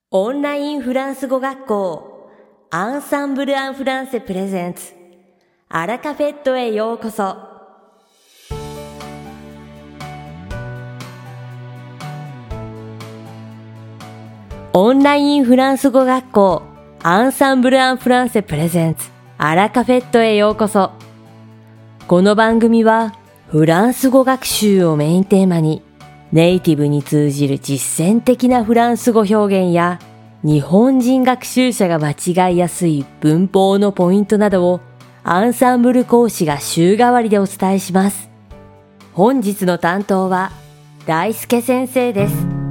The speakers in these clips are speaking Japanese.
オンラインフランス語学校アンサンブル・アン・フランセプレゼンツアラカフェットへようこそ。オンラインフランス語学校アンサンブル・アン・フランセプレゼンツアラカフェットへようこそ。この番組はフランス語学習をメインテーマにネイティブに通じる実践的なフランス語表現や日本人学習者が間違いやすい文法のポイントなどをアンサンブル講師が週替わりでお伝えします。本日の担当は大輔先生です。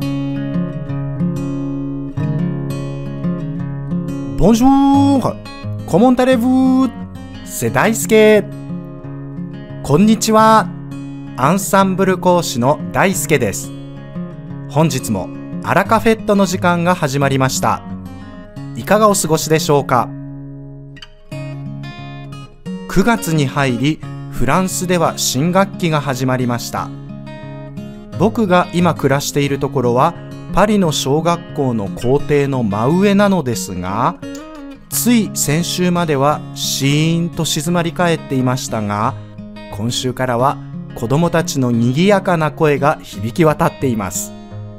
Bonjour! Comment allez-vous? C'est 大輔。こんにちは。アンサンブル講師の大輔です。本日もアラカフェットの時間が始まりました。いかがお過ごしでしょうか。9月に入り、フランスでは新学期が始まりました。僕が今暮らしているところはパリの小学校の校庭の真上なのですが、つい先週まではシーンと静まり返っていましたが、今週からは子どもたちの賑やかな声が響き渡っています。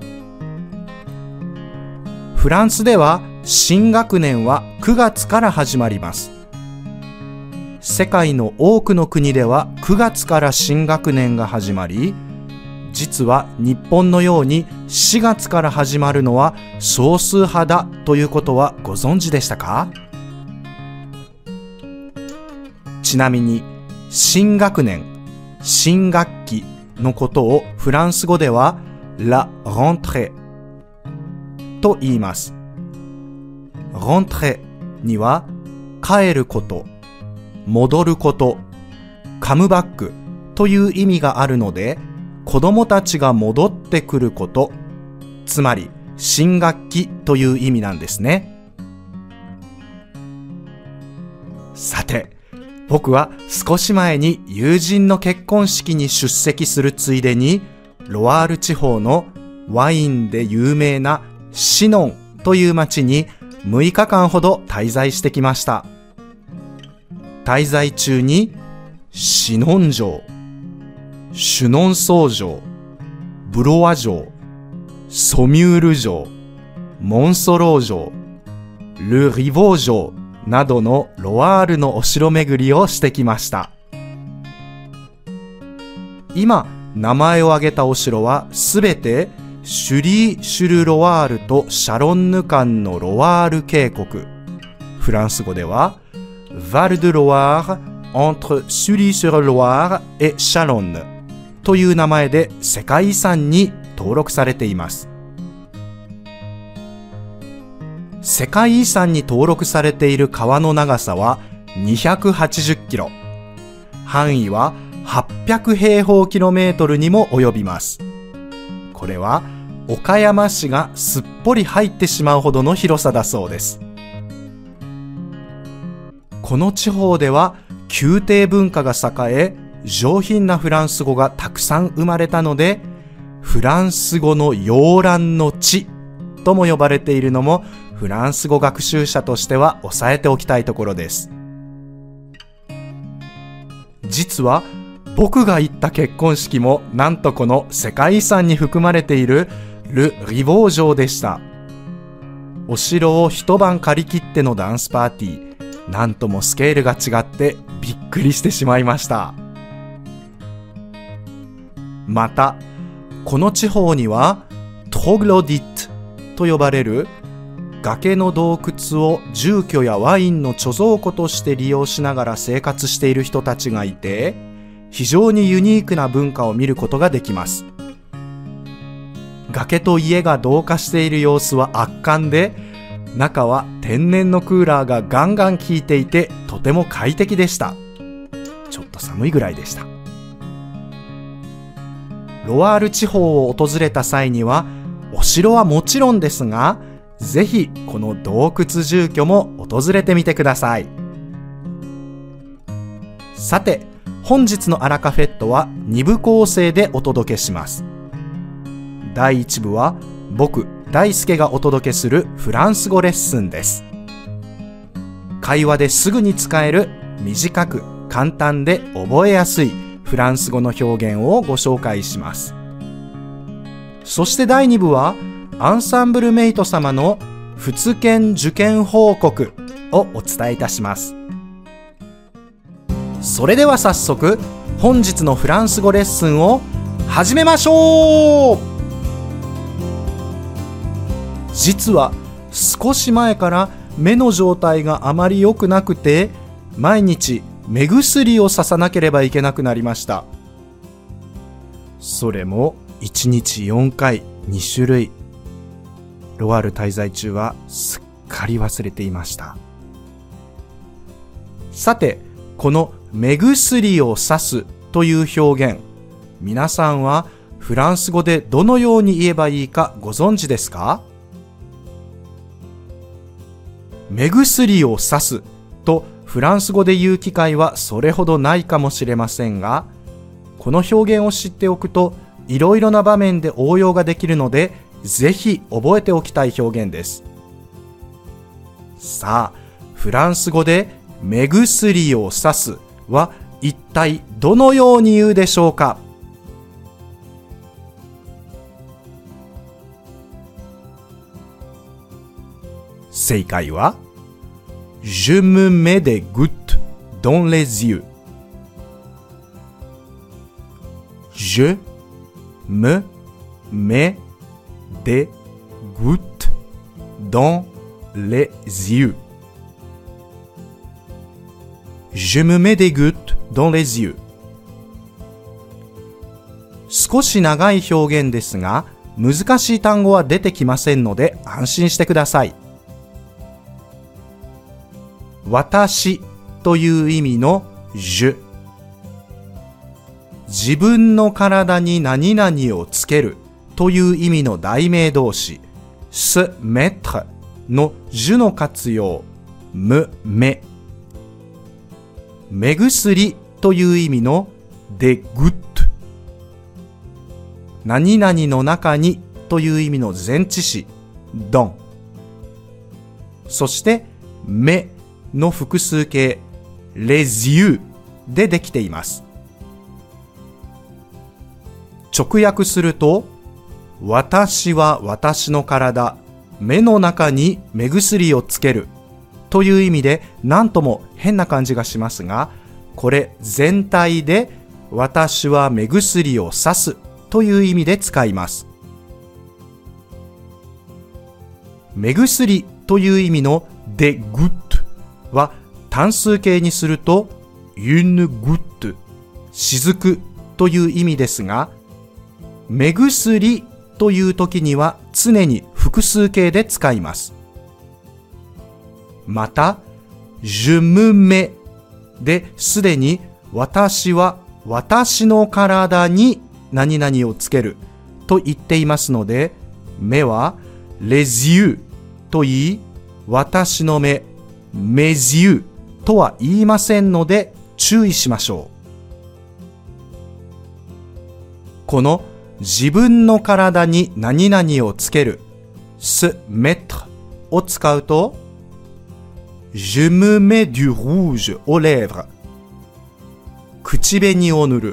フランスでは新学年は9月から始まります。世界の多くの国では9月から新学年が始まり、実は日本のように4月から始まるのは少数派だということはご存知でしたか？ちなみに新学年、新学期のことをフランス語では La rentrée と言います。rentrée には帰ること、戻ること、カムバックという意味があるので、子供たちが戻ってくること、つまり新学期という意味なんですね。さて、僕は少し前に友人の結婚式に出席するついでに、ロワール地方のワインで有名なシノンという町に6日間ほど滞在してきました。滞在中にシノン城、シュノンソー城、ブロワ城、ソミュール城、モンソロー城、ル・リボー城などのロワールのお城巡りをしてきました。今名前を挙げたお城はすべてシュリー・シュル・ロワールとシャロンヌ間のロワール渓谷、フランス語ではヴァル・ドゥ・ロワール entre Sully-sur-Loire et Chalonneという名前で世界遺産に登録されています。世界遺産に登録されている川の長さは280キロ。範囲は800平方キロメートルにも及びます。これは岡山市がすっぽり入ってしまうほどの広さだそうです。この地方では宮廷文化が栄え、上品なフランス語がたくさん生まれたので、フランス語の洋蘭の地とも呼ばれているのもフランス語学習者としては押さえておきたいところです。実は僕が行った結婚式もなんとこの世界遺産に含まれているル・リボー城でした。お城を一晩借り切ってのダンスパーティー、なんともスケールが違ってびっくりしてしまいました。また、この地方にはトログロディットと呼ばれる崖の洞窟を住居やワインの貯蔵庫として利用しながら生活している人たちがいて、非常にユニークな文化を見ることができます。崖と家が同化している様子は圧巻で、中は天然のクーラーがガンガン効いていて、とても快適でした。ちょっと寒いぐらいでした。ロワール地方を訪れた際には、お城はもちろんですが、ぜひこの洞窟住居も訪れてみてください。さて、本日のアラカフェットは2部構成でお届けします。第1部は僕大輔がお届けするフランス語レッスンです。会話ですぐに使える短く簡単で覚えやすいフランス語の表現をご紹介します。そして第2部はアンサンブルメイト様の仏研受験報告をお伝えいたします。それでは早速本日のフランス語レッスンを始めましょう。実は少し前から目の状態があまり良くなくて、毎日目薬をささなければいけなくなりました。それも1日4回2種類。ロワール滞在中はすっかり忘れていました。さて、この目薬をさすという表現、皆さんはフランス語でどのように言えばいいかご存知ですか？目薬をさすとフランス語で言う機会はそれほどないかもしれませんが、この表現を知っておくといろいろな場面で応用ができるので、ぜひ覚えておきたい表現です。さあ、フランス語で目薬をさすは一体どのように言うでしょうか？正解は Je me mets des gouttes dans les yeux. Je me mets des gouttes dans les yeux. Je me mets des gouttes dans les yeux. 少し長い表現ですが、難しい単語は出てきませんので安心してください。私という意味の je、 自分の体に何々をつけるという意味の代名動詞 se mettre の je の活用 me met、 目薬という意味の des gouttes、 何々の中にという意味の前置詞 dans、 そして目の複数形 les yeux でできています。直訳すると、私は私の体、目の中に目薬をつけるという意味で何とも変な感じがしますが、これ全体で私は目薬をさすという意味で使います。目薬という意味の des gouttesは単数形にすると une goutte、 雫という意味ですが、目薬という時には常に複数形で使います。また je me mets ですでに私は私の体に何々をつけると言っていますので、目は les yeux と言い、私の目mes yeux とは言いませんので注意しましょう。この自分の体に何々をつける se mettre を使うと Je me mets du rouge aux lèvres、 口紅を塗る。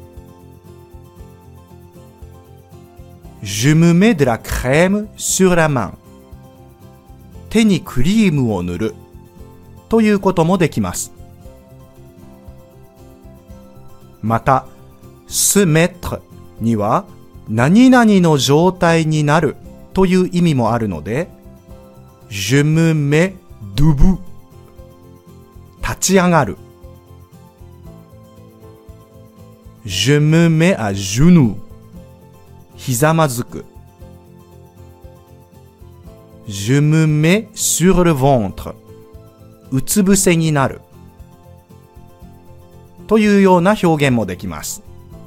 Je me mets de la crème sur la main、 手にクリームを塗るということもできます。また se mettre には何々の状態になるという意味もあるので Je me mets debout、 立ち上がる。 Je me mets à genoux、 ひざまずく。 Je me mets sur le ventre、 うつ伏せになるというような表現もできます。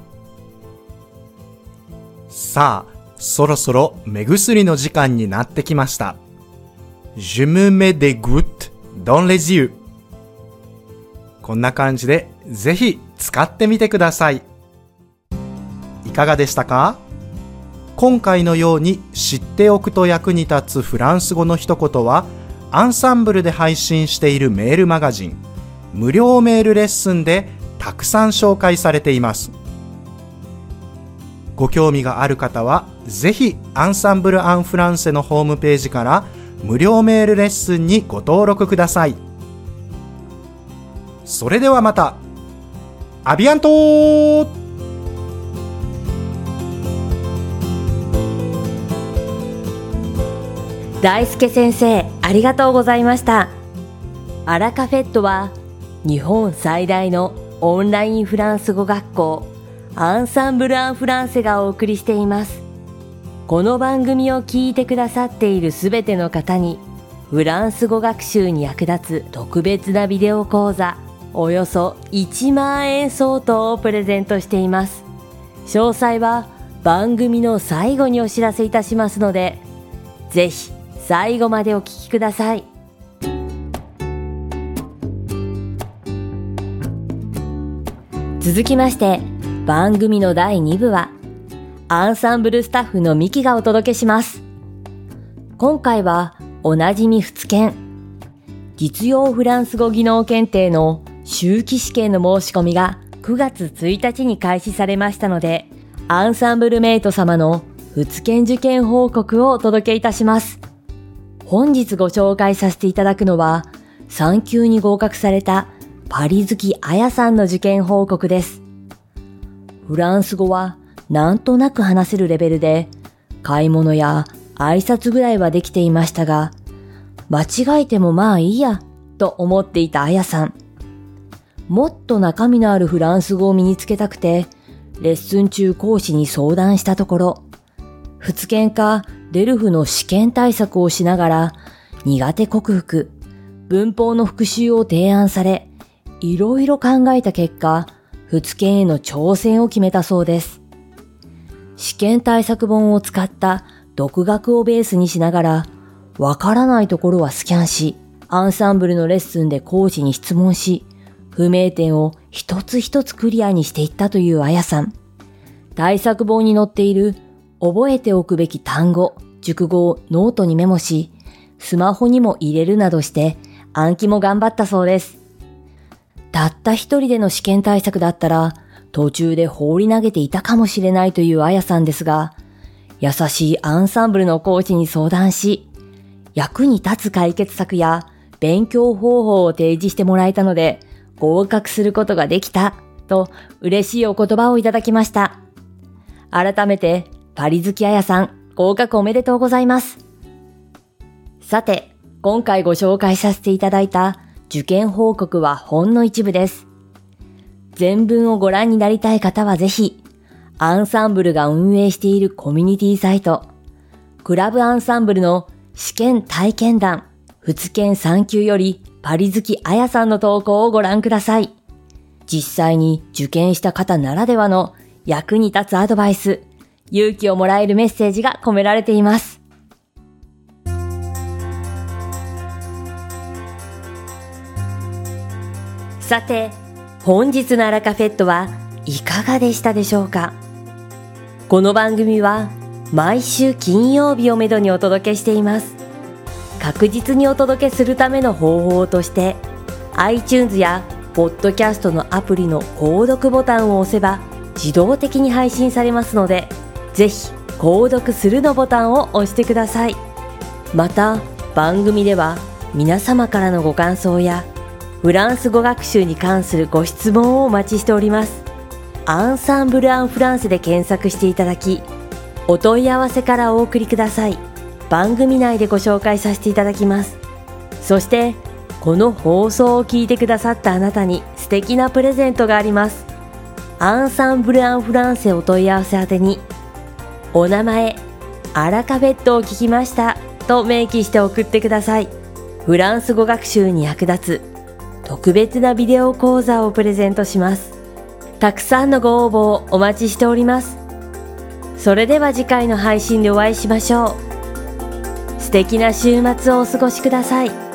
さあ、そろそろ目薬の時間になってきました。Je me mets des gouttes dans les yeux。 こんな感じでぜひ使ってみてください。いかがでしたか？ 今回のように知っておくと役に立つフランス語の一言は、アンサンブルで配信しているメールマガジン、無料メールレッスンでたくさん紹介されています。ご興味がある方は、ぜひアンサンブル・アン・フランセのホームページから無料メールレッスンにご登録ください。それではまた。アビアントー。 大輔先生、ありがとうございました。アラカフェットは日本最大のオンラインフランス語学校アンサンブル・アン・フランセがお送りしています。この番組を聞いてくださっているすべての方にフランス語学習に役立つ特別なビデオ講座およそ1万円相当をプレゼントしています。詳細は番組の最後にお知らせいたしますので、ぜひ最後までお聞きください。続きまして番組の第2部はアンサンブルスタッフのミキがお届けします。今回はおなじみ仏研実用フランス語技能検定の秋季試験の申し込みが9月1日に開始されましたので、アンサンブルメイト様の仏研受験報告をお届けいたします。本日ご紹介させていただくのは3級に合格されたパリ月あやさんの受験報告です。フランス語はなんとなく話せるレベルで、買い物や挨拶ぐらいはできていましたが、間違えてもまあいいやと思っていたあやさん。もっと中身のあるフランス語を身につけたくて、レッスン中講師に相談したところ、仏研かデルフの試験対策をしながら、苦手克服、文法の復習を提案され、いろいろ考えた結果、仏研への挑戦を決めたそうです。試験対策本を使った独学をベースにしながら、わからないところはスキャンし、アンサンブルのレッスンで講師に質問し、不明点を一つ一つクリアにしていったというあやさん。対策本に載っている覚えておくべき単語、熟語をノートにメモし、スマホにも入れるなどして暗記も頑張ったそうです。たった一人での試験対策だったら途中で放り投げていたかもしれないというあやさんですが、優しいアンサンブルの講師に相談し、役に立つ解決策や勉強方法を提示してもらえたので、合格することができたと嬉しいお言葉をいただきました。改めてパリ月あやさん、合格おめでとうございます。さて、今回ご紹介させていただいた受験報告はほんの一部です。全文をご覧になりたい方はぜひ、アンサンブルが運営しているコミュニティサイト、クラブアンサンブルの試験体験談、仏研3級よりパリ月あやさんの投稿をご覧ください。実際に受験した方ならではの役に立つアドバイス、勇気をもらえるメッセージが込められています。さて、本日のアラカフェットはいかがでしたでしょうか。この番組は毎週金曜日をめどにお届けしています。確実にお届けするための方法として iTunes やポッドキャストのアプリの購読ボタンを押せば自動的に配信されますので、ぜひ購読するのボタンを押してください。また番組では皆様からのご感想やフランス語学習に関するご質問をお待ちしております。アンサンブル・アン・フランスで検索していただき、お問い合わせからお送りください。番組内でご紹介させていただきます。そしてこの放送を聞いてくださったあなたに素敵なプレゼントがあります。アンサンブル・アン・フランセお問い合わせ宛てに、お名前、アラカフェットを聞きましたと明記して送ってください。フランス語学習に役立つ特別なビデオ講座をプレゼントします。たくさんのご応募をお待ちしております。それでは次回の配信でお会いしましょう。素敵な週末をお過ごしください。